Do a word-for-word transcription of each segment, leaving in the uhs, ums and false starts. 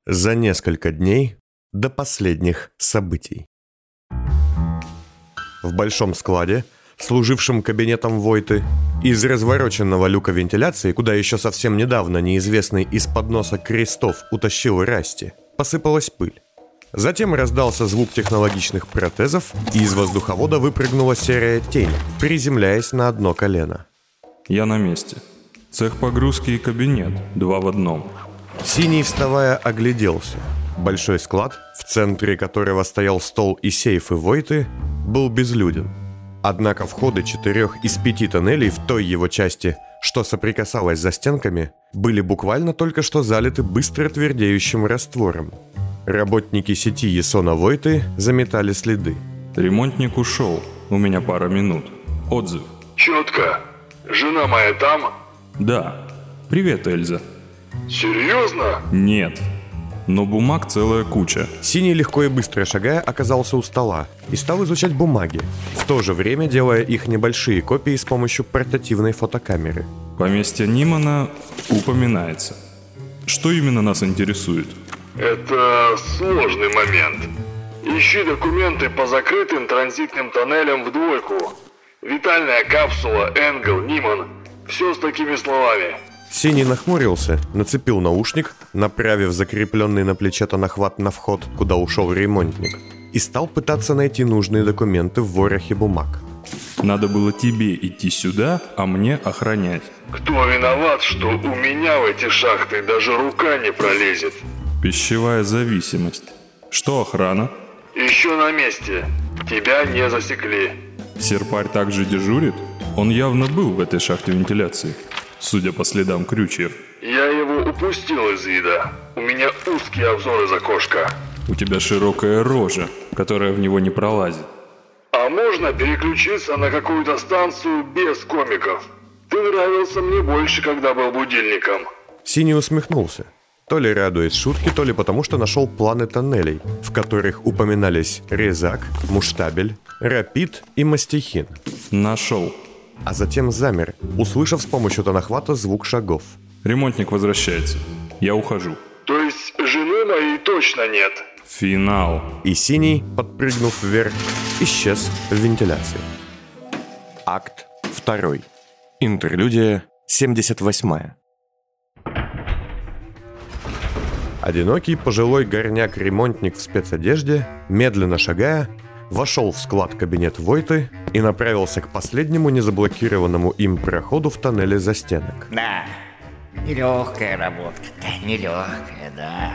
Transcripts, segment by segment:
За несколько дней до последних событий. В большом складе, служившем кабинетом Войты, из развороченного люка вентиляции, куда еще совсем недавно неизвестный из-под носа крестов утащил Расти, посыпалась пыль. Затем раздался звук технологичных протезов, и из воздуховода выпрыгнула серая тень, приземляясь на одно колено. Я на месте. Цех погрузки и кабинет, два в одном. Синий, вставая, огляделся. Большой склад, в центре которого стоял стол и сейфы Войты, был безлюден. Однако входы четырех из пяти тоннелей в той его части, что соприкасалось за стенками, были буквально только что залиты быстро твердеющим раствором. Работники сети Есона Войты заметали следы. Ремонтник ушел. У меня пара минут. Отзыв. Четко. Жена моя там? Да. Привет, Эльза. Серьезно? Нет. Но бумаг целая куча. Синий, легко и быстро шагая, оказался у стола и стал изучать бумаги, в то же время делая их небольшие копии с помощью портативной фотокамеры. Поместье Нимана упоминается. Что именно нас интересует? Это сложный момент. Ищи документы по закрытым транзитным тоннелям в двойку. Витальная капсула, Энгел, Ниман. Все с такими словами. Синий нахмурился, нацепил наушник, направив закрепленный на плече тонохват на вход, куда ушел ремонтник, и стал пытаться найти нужные документы в ворохе бумаг. Надо было тебе идти сюда, а мне охранять. Кто виноват, что у меня в эти шахты даже рука не пролезет? Пищевая зависимость. Что охрана? Еще на месте. Тебя не засекли. Серпарь также дежурит? Он явно был в этой шахте вентиляции, судя по следам крючьев. Я его упустил из вида. У меня узкий обзор из окошка. У тебя широкая рожа, которая в него не пролазит. А можно переключиться на какую-то станцию без комиков? Ты нравился мне больше, когда был будильником. Синий усмехнулся, то ли радуясь шутке, то ли потому, что нашел планы тоннелей, в которых упоминались Резак, Муштабель, Рапид и Мастихин. Нашел. А затем замер, услышав с помощью тонохвата звук шагов. Ремонтник возвращается. Я ухожу. То есть жены моей точно нет? Финал. И Синий, подпрыгнув вверх, исчез в вентиляции. Акт второй. Интерлюдия семьдесят восьмая. Одинокий пожилой горняк-ремонтник в спецодежде, медленно шагая, вошел в склад-кабинет Войты и направился к последнему незаблокированному им проходу в тоннеле застенок. Да, нелегкая работка-то, нелегкая, да.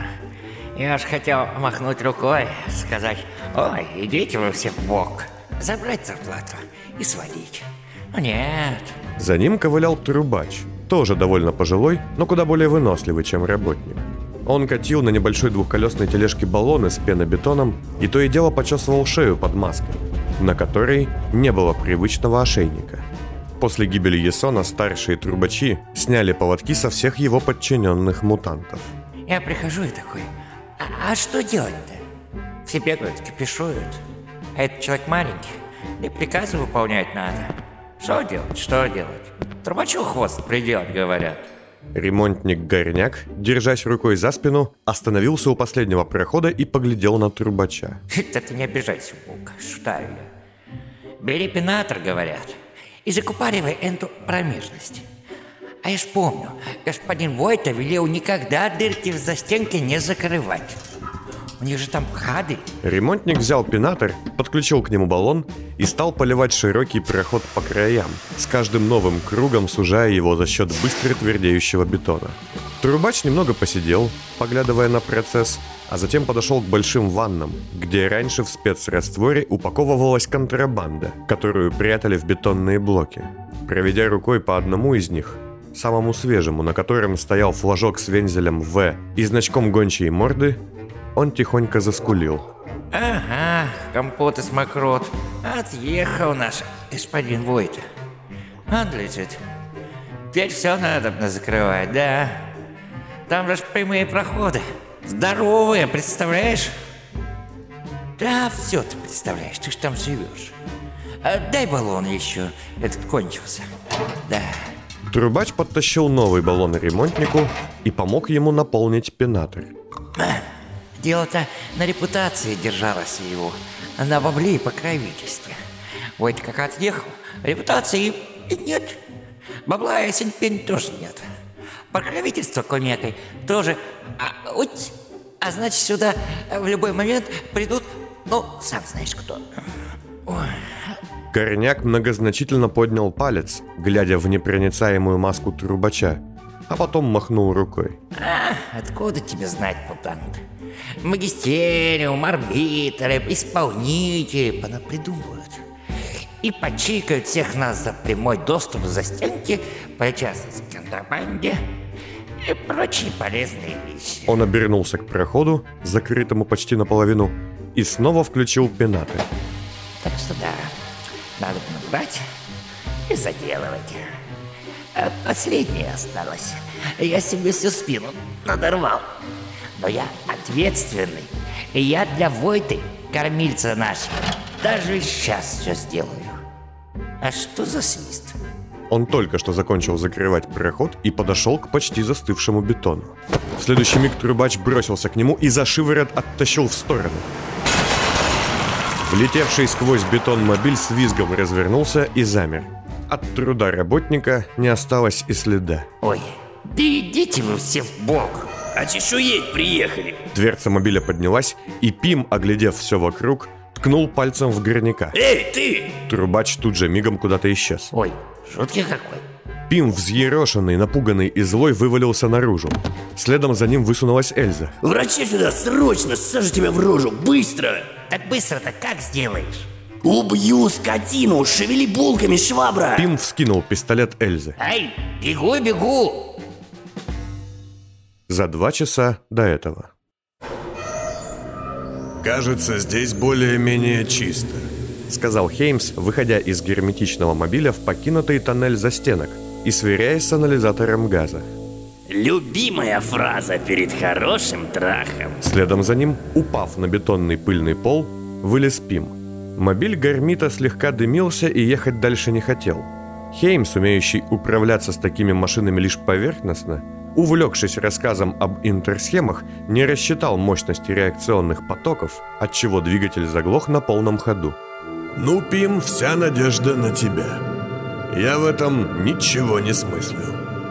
Я аж хотел махнуть рукой, сказать: ой, идите вы все в бок, забрать зарплату и свалить. Но нет. За ним ковылял трубач, тоже довольно пожилой, но куда более выносливый, чем работник. Он катил на небольшой двухколесной тележке баллоны с пенобетоном и то и дело почесывал шею под маской, на которой не было привычного ошейника. После гибели Есона старшие трубачи сняли поводки со всех его подчиненных мутантов. Я прихожу и такой: а, а что делать-то? Все бегают, кипишуют. А этот человек маленький, и приказы выполнять надо. Что делать, что делать? Трубачу хвост приделать, говорят. Ремонтник-горняк, держась рукой за спину, остановился у последнего прохода и поглядел на трубача. Да ты не обижайся, Бук, шутаю я. Бери пенатор, говорят, и закупоривай эту промежность. А я ж помню, господин Войта велел никогда дырки в застенке не закрывать. У них же там ходы. Ремонтник взял пенатор, подключил к нему баллон и стал поливать широкий проход по краям, с каждым новым кругом сужая его за счет быстро твердеющего бетона. Трубач немного посидел, поглядывая на процесс, а затем подошел к большим ваннам, где раньше в спецрастворе упаковывалась контрабанда, которую прятали в бетонные блоки. Проведя рукой по одному из них, самому свежему, на котором стоял флажок с вензелем «В» и значком гончей морды, он тихонько заскулил. Ага, компот и смокрот. Отъехал наш господин Войта. Он лежит. Теперь все надо закрывать, да. Там же прямые проходы. Здоровые, представляешь? Да, все ты представляешь, ты ж там живешь. А дай баллон еще, этот кончился. Да. Трубач подтащил новый баллон ремонтнику и помог ему наполнить пенатор. Дело-то на репутации держалось его, на бабле и покровительстве. Войт как отъехал, репутации нет, бабла и сень-пень тоже нет. Покровительство кумекой тоже. А, уть, а значит, сюда в любой момент придут, ну, сам знаешь кто. Ой. Корняк многозначительно поднял палец, глядя в непроницаемую маску трубача, а потом махнул рукой. А, откуда тебе знать, мутант? Магистериум, арбитры, исполнители понапридумывают. И почикают всех нас за прямой доступ за стенки, причастность к контрабанде и прочие полезные вещи. Он обернулся к проходу, закрытому почти наполовину, и снова включил пенаты. Так что да, надо брать и заделывать. А последнее осталось. Я себе всю спину надорвал. Но я ответственный, и я для Войты, кормильца нашего, даже сейчас все сделаю. А что за свист? Он только что закончил закрывать проход и подошел к почти застывшему бетону. В следующий миг трубач бросился к нему и за шиворот оттащил в сторону. Влетевший сквозь бетон мобиль с визгом развернулся и замер. От труда работника не осталось и следа. Ой, да идите вы все в бок! А чешуеть приехали. Дверца мобиля поднялась, и Пим, оглядев все вокруг, ткнул пальцем в горняка. Эй, ты! Трубач тут же мигом куда-то исчез. Ой, шутки какой. Пим, взъерошенный, напуганный и злой, вывалился наружу. Следом за ним высунулась Эльза. Врача сюда, срочно, сажу тебя в рожу, быстро! Так быстро-то как сделаешь? Убью скотину, шевели булками, швабра! Пим вскинул пистолет Эльзы. Ай, бегу, бегу! За два часа до этого. «Кажется, здесь более-менее чисто», — сказал Хеймс, выходя из герметичного мобиля в покинутый тоннель застенок и сверяясь с анализатором газа. Любимая фраза перед хорошим трахом. Следом за ним, упав на бетонный пыльный пол, вылез Пим. Мобиль Гармита слегка дымился и ехать дальше не хотел. Хеймс, умеющий управляться с такими машинами лишь поверхностно, увлекшись рассказом об интерсхемах, не рассчитал мощности реакционных потоков, отчего двигатель заглох на полном ходу. «Ну, Пим, вся надежда на тебя. Я в этом ничего не смыслю.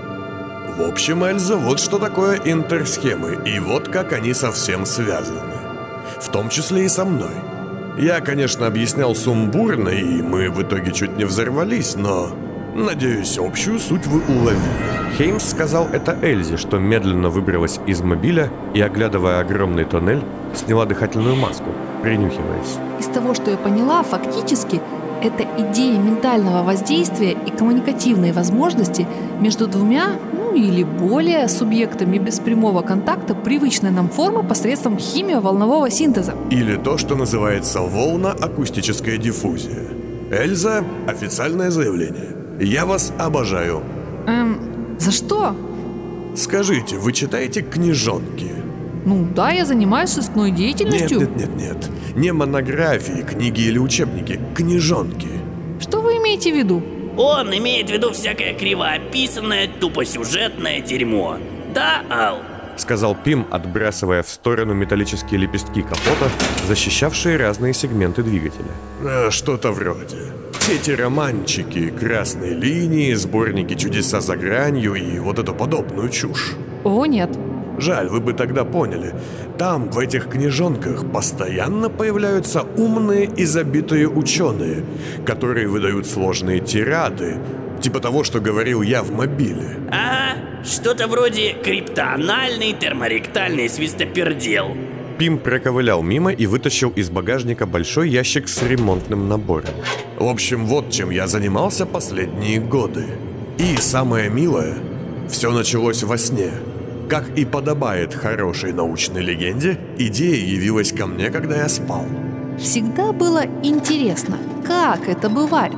В общем, Эльза, вот что такое интерсхемы, и вот как они совсем связаны. В том числе и со мной. Я, конечно, объяснял сумбурно, и мы в итоге чуть не взорвались, но, надеюсь, общую суть вы уловили». Хеймс сказал это Эльзе, что медленно выбралась из мобиля и, оглядывая огромный тоннель, сняла дыхательную маску, принюхиваясь. Из того, что я поняла, фактически это идея ментального воздействия и коммуникативные возможности между двумя, ну или более субъектами без прямого контакта привычной нам формы посредством химио-волнового синтеза. Или то, что называется волно-акустическая диффузия. Эльза, официальное заявление. Я вас обожаю. Эм, за что? Скажите, вы читаете книжонки? Ну да, я занимаюсь сыскной деятельностью. Нет, нет, нет, нет. Не монографии, книги или учебники. Книжонки. Что вы имеете в виду? Он имеет в виду всякое кривоописанное, тупосюжетное дерьмо. Да, Ал? Сказал Пим, отбрасывая в сторону металлические лепестки капота, защищавшие разные сегменты двигателя. А, что-то вроде. Все эти романчики, красные линии, сборники «Чудеса за гранью» и вот эту подобную чушь. О, нет. Жаль, вы бы тогда поняли. Там, в этих книжонках, постоянно появляются умные и забитые ученые, которые выдают сложные тирады, типа того, что говорил я в мобиле. Ага, что-то вроде криптоанальный терморектальный свистопердел. Пим проковылял мимо и вытащил из багажника большой ящик с ремонтным набором. В общем, вот чем я занимался последние годы. И самое милое, все началось во сне. Как и подобает хорошей научной легенде, идея явилась ко мне, когда я спал. Всегда было интересно, как это бывает.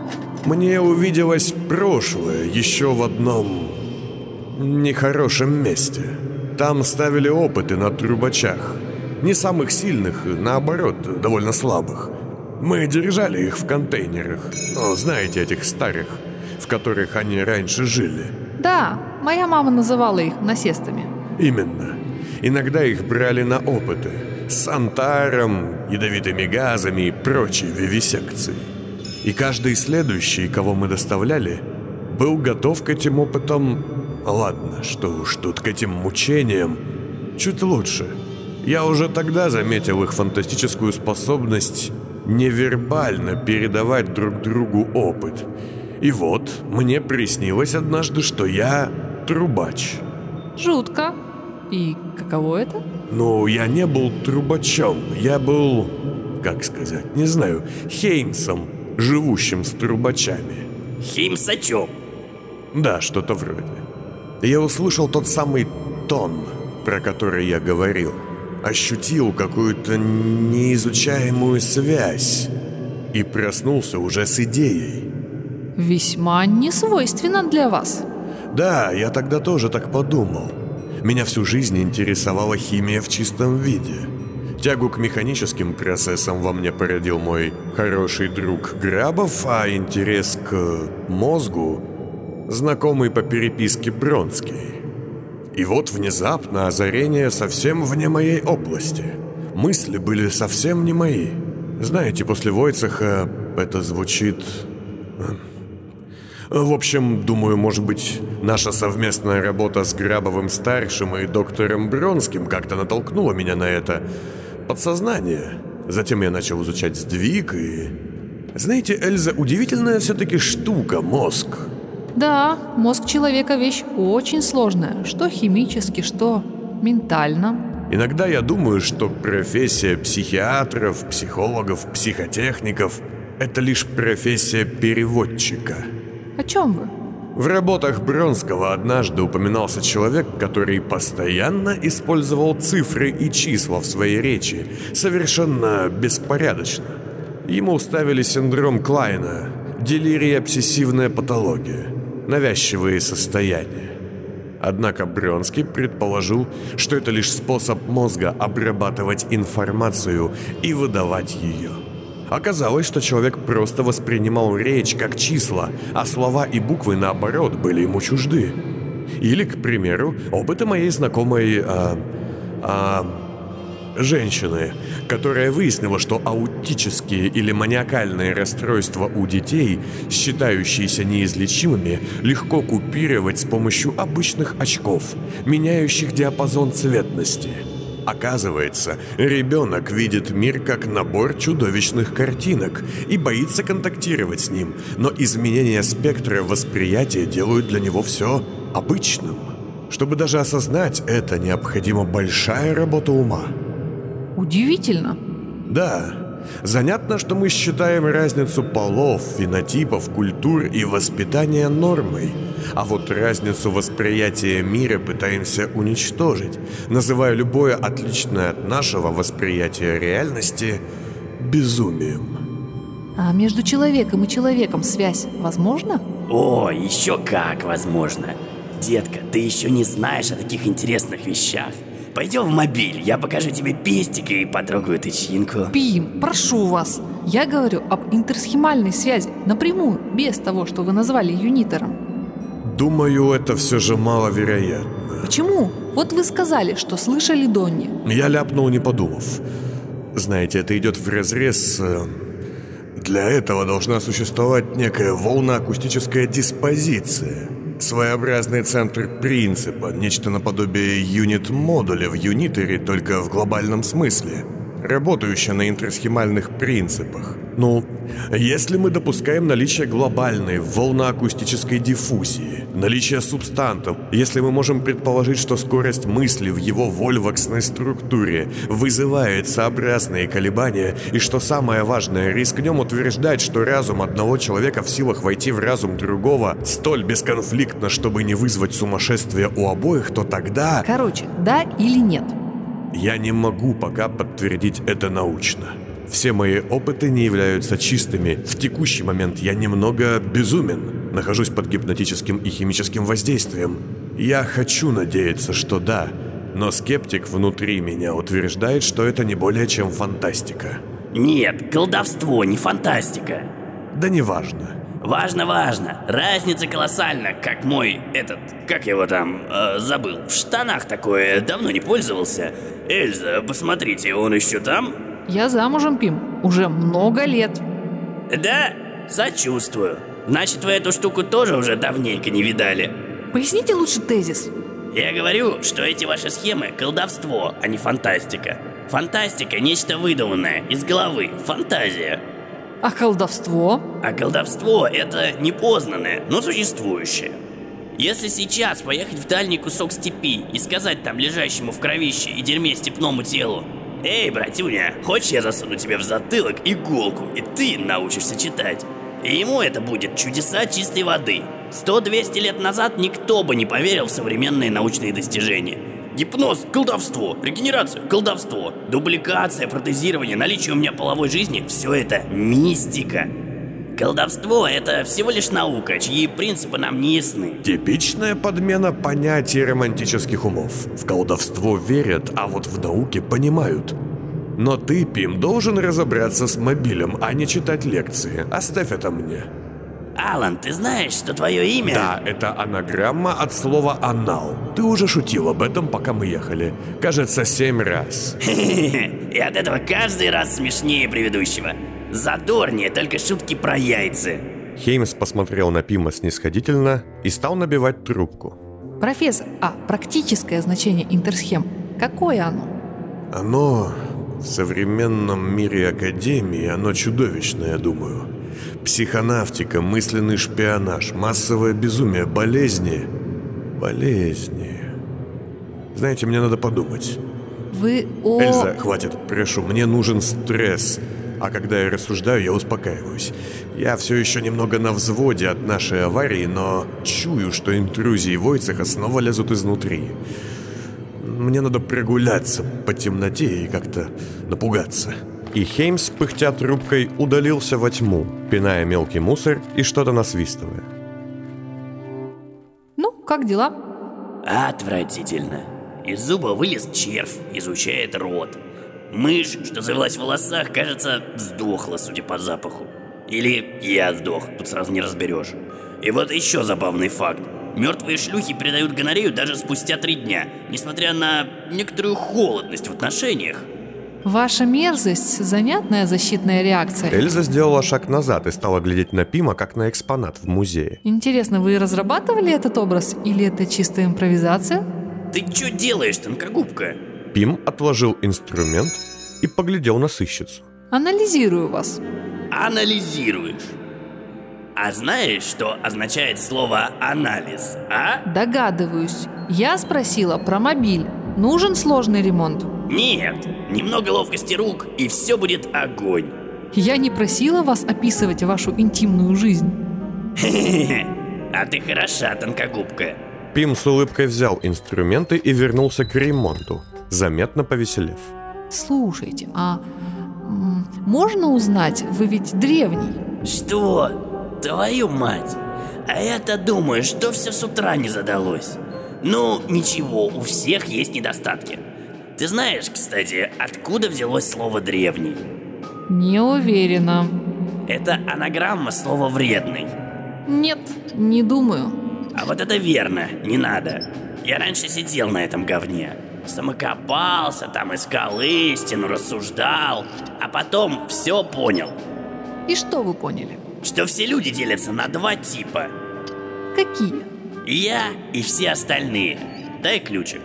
Мне увиделось прошлое еще в одном нехорошем месте. Там ставили опыты на трубачах. Не самых сильных, наоборот, довольно слабых. Мы держали их в контейнерах. Ну, знаете, этих старых, в которых они раньше жили. Да, моя мама называла их насестами. Именно. Иногда их брали на опыты с антаром, ядовитыми газами и прочей вивисекцией. И каждый следующий, кого мы доставляли, был готов к этим опытам. Ладно, что уж тут, к этим мучениям. Чуть лучше. Я уже тогда заметил их фантастическую способность невербально передавать друг другу опыт. И вот мне приснилось однажды, что я трубач. Жутко. И каково это? Ну, я не был трубачом. Я был, как сказать, не знаю, Хейнсом, живущим с трубачами. Хеймсачом. Да, что-то вроде. Я услышал тот самый тон, про который я говорил. Ощутил какую-то неизучаемую связь. И проснулся уже с идеей. Весьма несвойственно для вас. Да, я тогда тоже так подумал. Меня всю жизнь интересовала химия в чистом виде. Тягу к механическим процессам во мне породил мой хороший друг Грабов, а интерес к мозгу – знакомый по переписке Бронский. И вот внезапно озарение совсем вне моей области. Мысли были совсем не мои. Знаете, после Войцеха это звучит... В общем, думаю, может быть, наша совместная работа с Грабовым-старшим и доктором Бронским как-то натолкнула меня на это подсознание. Затем я начал изучать сдвиг и... Знаете, Эльза, удивительная все-таки штука мозг. Да, мозг человека вещь очень сложная. Что химически, что ментально. Иногда я думаю, что профессия психиатров, психологов, психотехников – это лишь профессия переводчика. О чем вы? В работах Бронского однажды упоминался человек, который постоянно использовал цифры и числа в своей речи, совершенно беспорядочно. Ему ставили синдром Клайна, делирия, обсессивная патология, навязчивые состояния. Однако Бронский предположил, что это лишь способ мозга обрабатывать информацию и выдавать ее. Оказалось, что человек просто воспринимал речь как числа, а слова и буквы, наоборот, были ему чужды. Или, к примеру, опыты моей знакомой а, а, женщины, которая выяснила, что аутические или маниакальные расстройства у детей, считающиеся неизлечимыми, легко купировать с помощью обычных очков, меняющих диапазон цветности. Оказывается, ребенок видит мир как набор чудовищных картинок и боится контактировать с ним, но изменения спектра восприятия делают для него все обычным. Чтобы даже осознать это, необходима большая работа ума. Удивительно. Да, занятно, что мы считаем разницу полов, фенотипов, культур и воспитания нормой, а вот разницу восприятия мира пытаемся уничтожить, называя любое отличное от нашего восприятия реальности безумием. А между человеком и человеком связь возможна? О, еще как возможно. Детка, ты еще не знаешь о таких интересных вещах. Пойдем в мобиль, я покажу тебе пестика и потрогаю тычинку. Пим, прошу вас. Я говорю об интерсхемальной связи, напрямую, без того, что вы назвали юнитером. Думаю, это все же маловероятно. Почему? Вот вы сказали, что слышали Донни. Я ляпнул, не подумав. Знаете, это идет вразрез с... Для этого должна существовать некая волноакустическая диспозиция. Своеобразный центр принципа, нечто наподобие юнит-модуля в юнитере, только в глобальном смысле, работающее на интерсхемальных принципах. Ну, если мы допускаем наличие глобальной волноакустической диффузии, наличие субстантов, если мы можем предположить, что скорость мысли в его вольваксной структуре вызывает сообразные колебания, и что самое важное, рискнем утверждать, что разум одного человека в силах войти в разум другого столь бесконфликтно, чтобы не вызвать сумасшествие у обоих, то тогда... Короче, да или нет? Я не могу пока подтвердить это научно. Все мои опыты не являются чистыми. В текущий момент я немного безумен. Нахожусь под гипнотическим и химическим воздействием. Я хочу надеяться, что да, но скептик внутри меня утверждает, что это не более чем фантастика. Нет, колдовство, не фантастика. Да неважно. Важно, важно. Разница колоссальна, как мой, этот, как его там, э, забыл. В штанах такое, давно не пользовался. Эльза, посмотрите, он еще там? Я замужем, Пим, уже много лет. Да? Сочувствую. Значит, вы эту штуку тоже уже давненько не видали. Поясните лучше тезис. Я говорю, что эти ваши схемы – колдовство, а не фантастика. Фантастика – нечто выдуманное, из головы, фантазия. А колдовство? А колдовство – это непознанное, но существующее. Если сейчас поехать в дальний кусок степи и сказать там лежащему в кровище и дерьме степному телу: «Эй, братюня, хочешь я засуну тебе в затылок иголку, и ты научишься читать?» И ему это будет чудеса чистой воды. Сто-двести лет назад никто бы не поверил в современные научные достижения. Гипноз, колдовство, регенерация, колдовство, дубликация, протезирование, наличие у меня половой жизни – все это мистика. Колдовство – это всего лишь наука, чьи принципы нам не ясны. Типичная подмена понятий романтических умов. В колдовство верят, а вот в науке понимают. Но ты, Пим, должен разобраться с мобилем, а не читать лекции. Оставь это мне. Алан, ты знаешь, что твое имя... Да, это анаграмма от слова «анал». Ты уже шутил об этом, пока мы ехали. Кажется, семь раз. И от этого каждый раз смешнее предыдущего. Задорнее, только шутки про яйца. Хеймс посмотрел на Пима снисходительно и стал набивать трубку. Профессор, а практическое значение интерсхем, какое оно? Оно... В современном мире Академии оно чудовищное, я думаю. Психонавтика, мысленный шпионаж, массовое безумие, болезни. Болезни. Знаете, мне надо подумать. Вы о... Эльза, хватит, прошу, мне нужен стресс. А когда я рассуждаю, я успокаиваюсь. Я все еще немного на взводе от нашей аварии, но чую, что интрузии Войцеха снова лезут изнутри. Мне надо прогуляться по темноте и как-то напугаться. И Хеймс, пыхтя трубкой, удалился во тьму, пиная мелкий мусор и что-то насвистывая. Ну, как дела? Отвратительно. Из зуба вылез червь, изучает рот. Мышь, что завелась в волосах, кажется, сдохла, судя по запаху. Или я сдох, тут сразу не разберешь. И вот еще забавный факт. Мертвые шлюхи передают гонорею даже спустя три дня, несмотря на некоторую холодность в отношениях. Ваша мерзость – занятная защитная реакция. Эльза сделала шаг назад и стала глядеть на Пима, как на экспонат в музее. Интересно, вы разрабатывали этот образ или это чистая импровизация? Ты что делаешь, тонкогубка? Пим отложил инструмент и поглядел на сыщицу. Анализирую вас. Анализируешь. А знаешь, что означает слово «анализ», а? Догадываюсь. Я спросила про мобиль. Нужен сложный ремонт? Нет, немного ловкости рук, и все будет огонь. Я не просила вас описывать вашу интимную жизнь. Хе-хе-хе, а ты хороша, тонкогубка. Пим с улыбкой взял инструменты и вернулся к ремонту, заметно повеселев. Слушайте, а м, можно узнать, вы ведь древний? Что? Твою мать! А я-то думаю, что все с утра не задалось. Ну, ничего, у всех есть недостатки. Ты знаешь, кстати, откуда взялось слово «древний»? Не уверена. Это анаграмма слова «вредный». Нет, не думаю. А вот это верно, не надо. Я раньше сидел на этом говне. Самокопался, там искал истину, рассуждал. А потом все понял. И что вы поняли? Что все люди делятся на два типа. Какие? Я и все остальные. Дай ключик.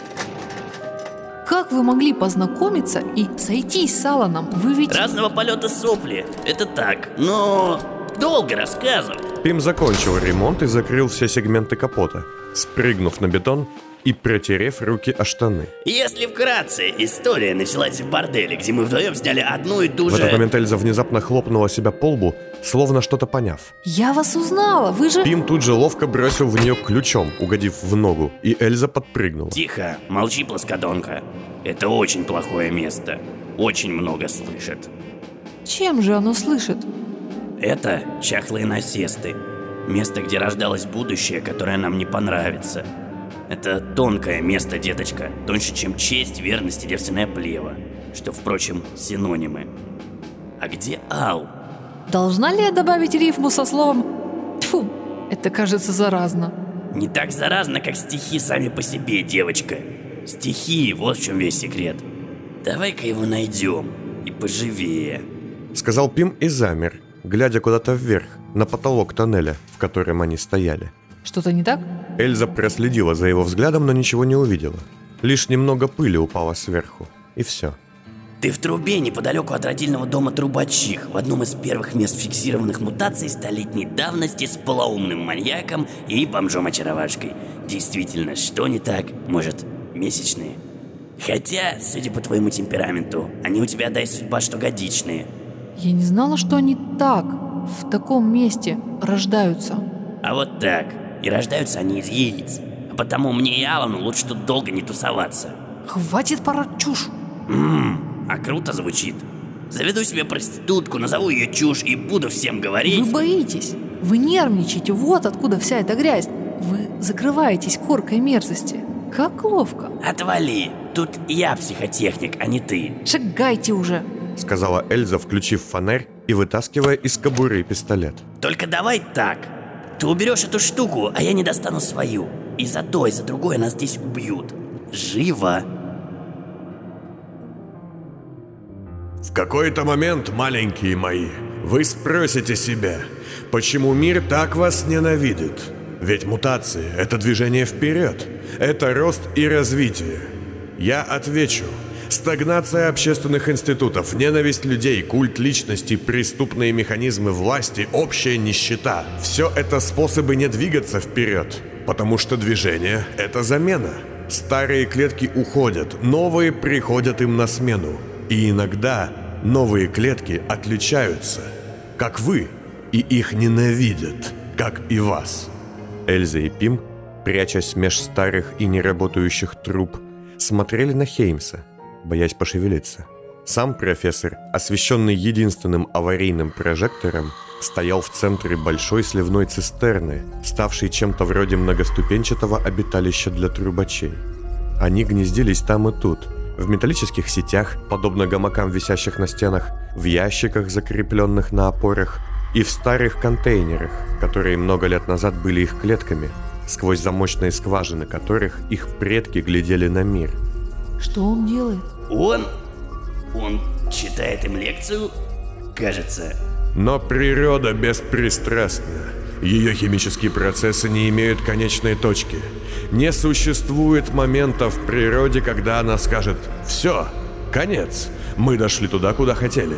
Как вы могли познакомиться и сойтись с Аланом? Вы ведь... Разного полета сопли. Это так, но долго рассказывать. Пим закончил ремонт и закрыл все сегменты капота, спрыгнув на бетон и протерев руки о штаны. Если вкратце, история началась в борделе, где мы вдвоем сняли одну и ту В же... этот момент Эльза внезапно хлопнула себя по лбу, словно что-то поняв. Я вас узнала, вы же... Пим тут же ловко бросил в нее ключом, угодив в ногу, и Эльза подпрыгнула. Тихо, молчи, плоскодонка. Это очень плохое место. Очень много слышит. Чем же оно слышит? Это чахлые насесты. Место, где рождалось будущее, которое нам не понравится. Это тонкое место, деточка. Тоньше, чем честь, верность и девственное плево. Что, впрочем, синонимы. А где Ал? должна ли я добавить рифму со словом «тьфу»? Это кажется заразно. Не так заразно, как стихи сами по себе, девочка. Стихи, вот в чем весь секрет. Давай-ка его найдем, и поживее. Сказал Пим и замер, глядя куда-то вверх, на потолок тоннеля, в котором они стояли. Что-то не так? Эльза проследила за его взглядом, но ничего не увидела. Лишь немного пыли упало сверху, и все. Ты в трубе неподалеку от родильного дома Трубачих, в одном из первых мест фиксированных мутаций столетней давности с полоумным маньяком и бомжом-очаровашкой. Действительно, что не так? Может, месячные? Хотя, судя по твоему темпераменту, они у тебя, дай судьба, что годичные. Я не знала, что они так, в таком месте, рождаются. А вот так. И рождаются они из яиц. А потому мне и Алану лучше тут долго не тусоваться. Хватит пороть чушь. Ммм, а круто звучит. Заведу себе проститутку, назову ее чушь и буду всем говорить. Вы боитесь, вы нервничаете, вот откуда вся эта грязь. Вы закрываетесь коркой мерзости. Как ловко. Отвали, тут я психотехник, а не ты. Шагайте уже, сказала Эльза, включив фонарь и вытаскивая из кобуры пистолет. Только давай так. Ты уберешь эту штуку, а я не достану свою. И за то, и за другое нас здесь убьют. Живо. В какой-то момент, маленькие мои, вы спросите себя, почему мир так вас ненавидит? Ведь мутации – это движение вперед, это рост и развитие. Я отвечу. Стагнация общественных институтов, ненависть людей, культ личности, преступные механизмы власти, общая нищета – все это способы не двигаться вперед, потому что движение – это замена. Старые клетки уходят, новые приходят им на смену. И иногда новые клетки отличаются, как вы, и их ненавидят, как и вас. Эльза и Пим, прячась меж старых и неработающих труб, смотрели на Хеймса, боясь пошевелиться. Сам профессор, освещенный единственным аварийным прожектором, стоял в центре большой сливной цистерны, ставшей чем-то вроде многоступенчатого обиталища для трубачей. Они гнездились там и тут, в металлических сетях, подобно гамакам, висящих на стенах, в ящиках, закрепленных на опорах, и в старых контейнерах, которые много лет назад были их клетками, сквозь замочные скважины которых их предки глядели на мир. Что он делает? Он? Он читает им лекцию? Кажется. Но природа беспристрастна. Ее химические процессы не имеют конечной точки. Не существует момента в природе, когда она скажет «Все, конец, мы дошли туда, куда хотели».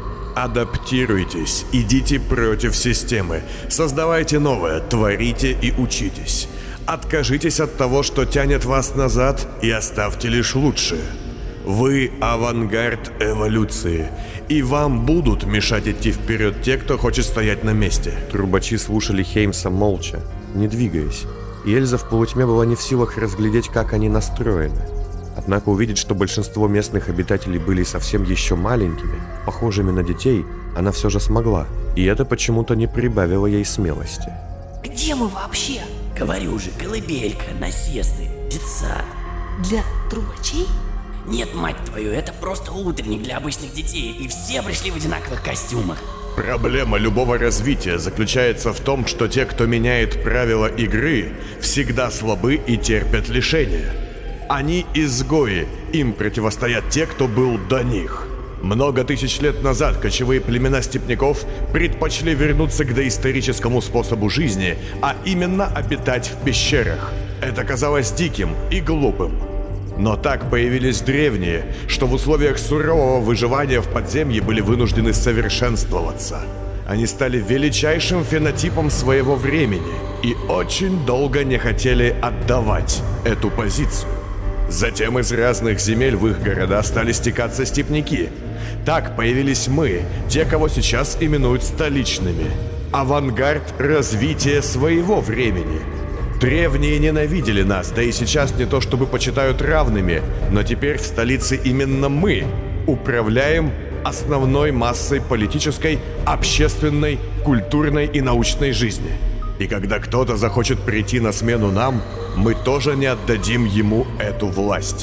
Адаптируйтесь, идите против системы, создавайте новое, творите и учитесь. Откажитесь от того, что тянет вас назад, и оставьте лишь лучшее. Вы авангард эволюции, и вам будут мешать идти вперед те, кто хочет стоять на месте. Трубачи слушали Хеймса молча, не двигаясь, и Эльза в полутьме была не в силах разглядеть, как они настроены. Однако увидеть, что большинство местных обитателей были совсем еще маленькими, похожими на детей, она все же смогла, и это почему-то не прибавило ей смелости. Где мы вообще? Говорю же, колыбелька, насесты, детсад. Для трубачей? Нет, мать твою, это просто утренник для обычных детей, и все пришли в одинаковых костюмах. Проблема любого развития заключается в том, что те, кто меняет правила игры, всегда слабы и терпят лишения. Они изгои, им противостоят те, кто был до них. Много тысяч лет назад кочевые племена степняков предпочли вернуться к доисторическому способу жизни, а именно обитать в пещерах. Это казалось диким и глупым. Но так появились древние, что в условиях сурового выживания в подземье были вынуждены совершенствоваться. Они стали величайшим фенотипом своего времени и очень долго не хотели отдавать эту позицию. Затем из разных земель в их города стали стекаться степняки. Так появились мы, те, кого сейчас именуют столичными. Авангард развития своего времени. Древние ненавидели нас, да и сейчас не то чтобы почитают равными, но теперь в столице именно мы управляем основной массой политической, общественной, культурной и научной жизни. И когда кто-то захочет прийти на смену нам, мы тоже не отдадим ему эту власть.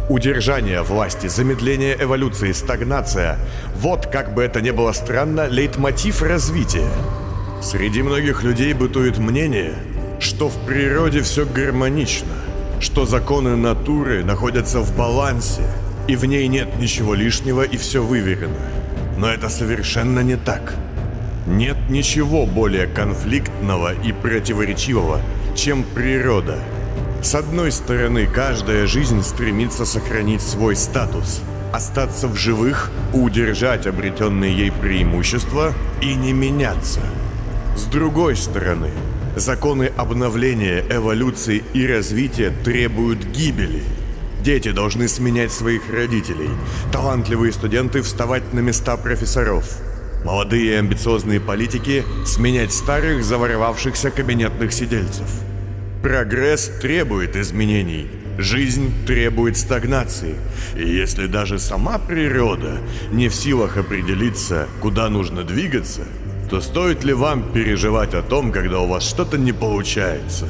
Удержание власти, замедление эволюции, стагнация – вот, как бы это ни было странно, лейтмотив развития. Среди многих людей бытует мнение, что в природе все гармонично, что законы натуры находятся в балансе, и в ней нет ничего лишнего и все выверено. Но это совершенно не так. Нет ничего более конфликтного и противоречивого, чем природа. С одной стороны, каждая жизнь стремится сохранить свой статус, остаться в живых, удержать обретенные ей преимущества и не меняться. С другой стороны, законы обновления, эволюции и развития требуют гибели. Дети должны сменять своих родителей, талантливые студенты вставать на места профессоров, молодые и амбициозные политики сменять старых заворовавшихся кабинетных сидельцев. Прогресс требует изменений, жизнь требует стагнации. И если даже сама природа не в силах определиться, куда нужно двигаться, то стоит ли вам переживать о том, когда у вас что-то не получается?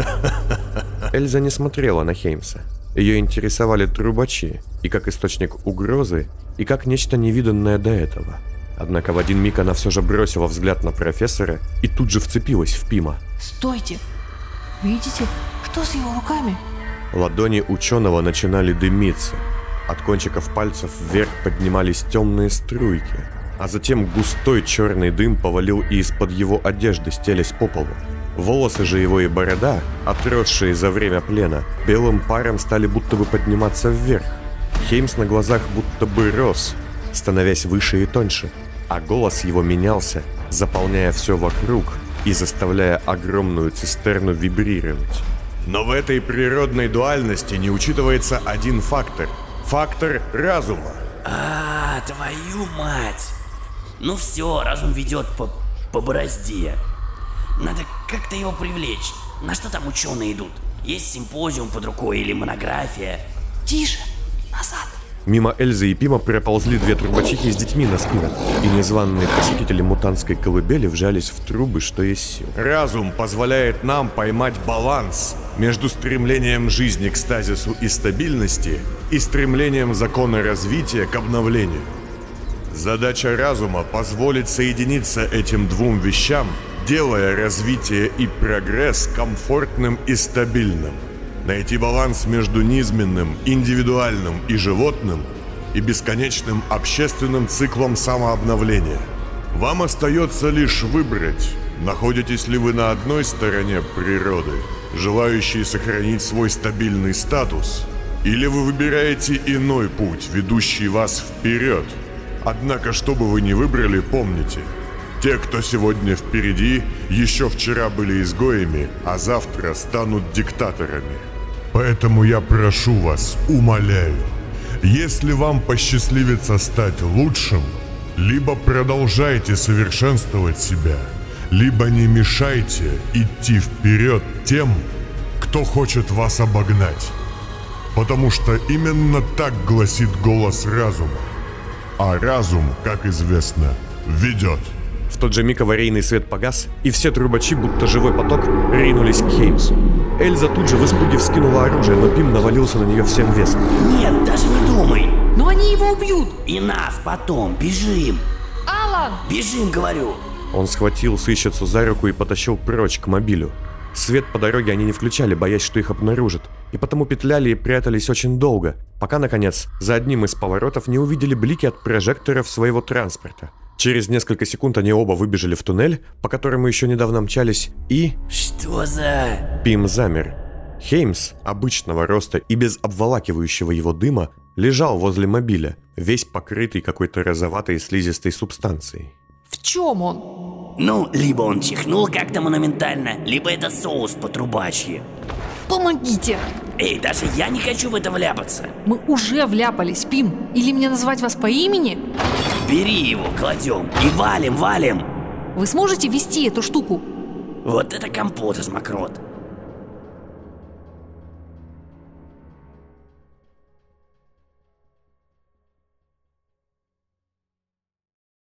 Эльза не смотрела на Хеймса. Ее интересовали трубачи, и как источник угрозы, и как нечто невиданное до этого. Однако в один миг она все же бросила взгляд на профессора и тут же вцепилась в Пима. Стойте! Видите, что с его руками? Ладони ученого начинали дымиться. От кончиков пальцев вверх поднимались темные струйки, а затем густой черный дым повалил и из-под его одежды, стелясь по полу. Волосы же его и борода, отросшие за время плена, белым паром стали будто бы подниматься вверх. Хеймс на глазах будто бы рос, становясь выше и тоньше, а голос его менялся, заполняя все вокруг и заставляя огромную цистерну вибрировать. Но в этой природной дуальности не учитывается один фактор. Фактор разума. А, твою мать! Ну все, разум ведет по, по борозде. Надо как-то его привлечь. На что там ученые идут? Есть симпозиум под рукой или монография? Тише! Назад! Мимо Эльзы и Пима проползли две трубачихи с детьми на спинах, и незваные посетители мутантской колыбели вжались в трубы, что есть сил. Разум позволяет нам поймать баланс между стремлением жизни к стазису и стабильности и стремлением закона развития к обновлению. Задача разума позволить соединиться этим двум вещам, делая развитие и прогресс комфортным и стабильным. Найти баланс между низменным, индивидуальным и животным и бесконечным общественным циклом самообновления. Вам остается лишь выбрать, находитесь ли вы на одной стороне природы, желающей сохранить свой стабильный статус, или вы выбираете иной путь, ведущий вас вперед. Однако, что бы вы ни выбрали, помните, те, кто сегодня впереди, еще вчера были изгоями, а завтра станут диктаторами. Поэтому я прошу вас, умоляю, если вам посчастливится стать лучшим, либо продолжайте совершенствовать себя, либо не мешайте идти вперед тем, кто хочет вас обогнать. Потому что именно так гласит голос разума. А разум, как известно, ведет. В тот же миг аварийный свет погас, и все трубачи, будто живой поток, ринулись к Хеймсу. Эльза тут же в испуге вскинула оружие, но Пим навалился на нее всем весом. Нет, даже не думай. Но они его убьют. И нас потом, бежим. Алан! Бежим, говорю. Он схватил сыщицу за руку и потащил прочь к мобилю. Свет по дороге они не включали, боясь, что их обнаружат, и потому петляли и прятались очень долго, пока, наконец, за одним из поворотов не увидели блики от прожекторов своего транспорта. Через несколько секунд они оба выбежали в туннель, по которому еще недавно мчались, и... Что за... Пим замер. Хеймс, обычного роста и без обволакивающего его дыма, лежал возле мобиля, весь покрытый какой-то розоватой слизистой субстанцией. В чем он? Ну, либо он чихнул как-то монументально, либо это соус по-трубачьи. Помогите! Эй, даже я не хочу в это вляпаться. Мы уже вляпались, Пим. Или мне назвать вас по имени? Бери его, кладем и валим, валим. Вы сможете вести эту штуку? Вот это компот из мокрот.